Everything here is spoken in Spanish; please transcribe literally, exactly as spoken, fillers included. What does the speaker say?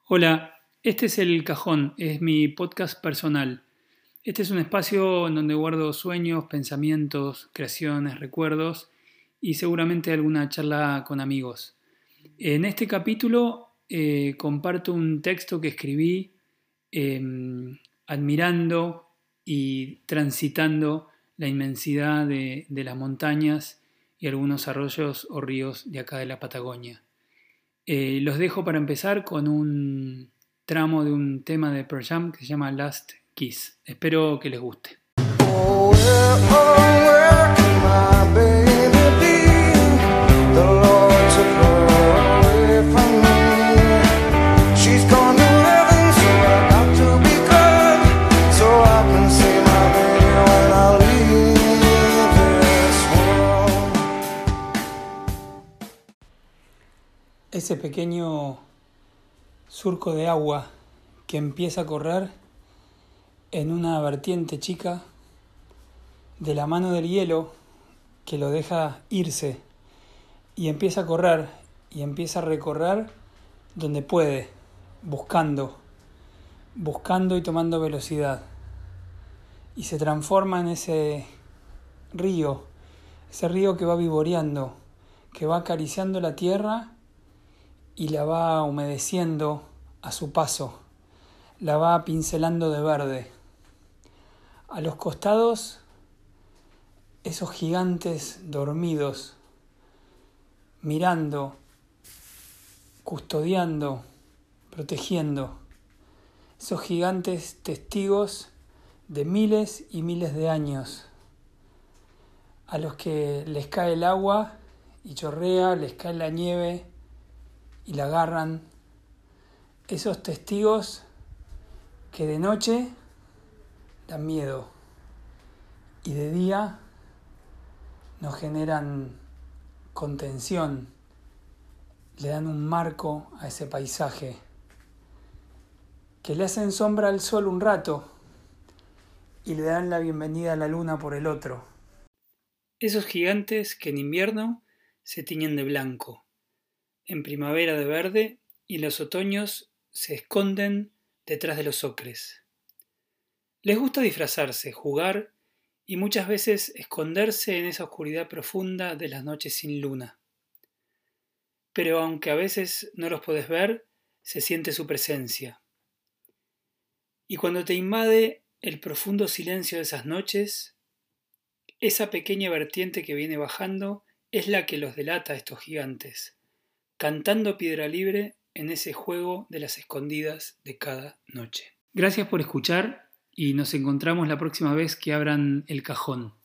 Hola, este es El Cajón, es mi podcast personal. Este es un espacio en donde guardo sueños, pensamientos, creaciones, recuerdos y seguramente alguna charla con amigos. En este capítulo eh, comparto un texto que escribí eh, admirando y transitando la inmensidad de, de las montañas y algunos arroyos o ríos de acá de la Patagonia. Eh, los dejo para empezar con un tramo de un tema de Pearl Jam que se llama Last Kiss. Espero que les guste. Oh, where, oh, where can my baby be? The Lord took her away from me. She's gone to heaven, so I got to be glad, so I can see my baby when I leave this world. Ese pequeño surco de agua que empieza a correr en una vertiente chica de la mano del hielo que lo deja irse y empieza a correr y empieza a recorrer donde puede, buscando, buscando y tomando velocidad, y se transforma en ese río, ese río que va vivoreando, que va acariciando la tierra y la va humedeciendo a su paso, la va pincelando de verde. A los costados, esos gigantes dormidos, mirando, custodiando, protegiendo. Esos gigantes testigos de miles y miles de años, a los que les cae el agua y chorrea, les cae la nieve y la agarran. Esos testigos que de noche dan miedo y de día nos generan contención, le dan un marco a ese paisaje, que le hacen sombra al sol un rato y le dan la bienvenida a la luna por el otro. Esos gigantes que en invierno se tiñen de blanco, en primavera de verde y en los otoños se esconden detrás de los ocres. Les gusta disfrazarse, jugar y muchas veces esconderse en esa oscuridad profunda de las noches sin luna. Pero aunque a veces no los podés ver, se siente su presencia. Y cuando te invade el profundo silencio de esas noches, esa pequeña vertiente que viene bajando es la que los delata a estos gigantes, cantando piedra libre en ese juego de las escondidas de cada noche. Gracias por escuchar y nos encontramos la próxima vez que abran El Cajón.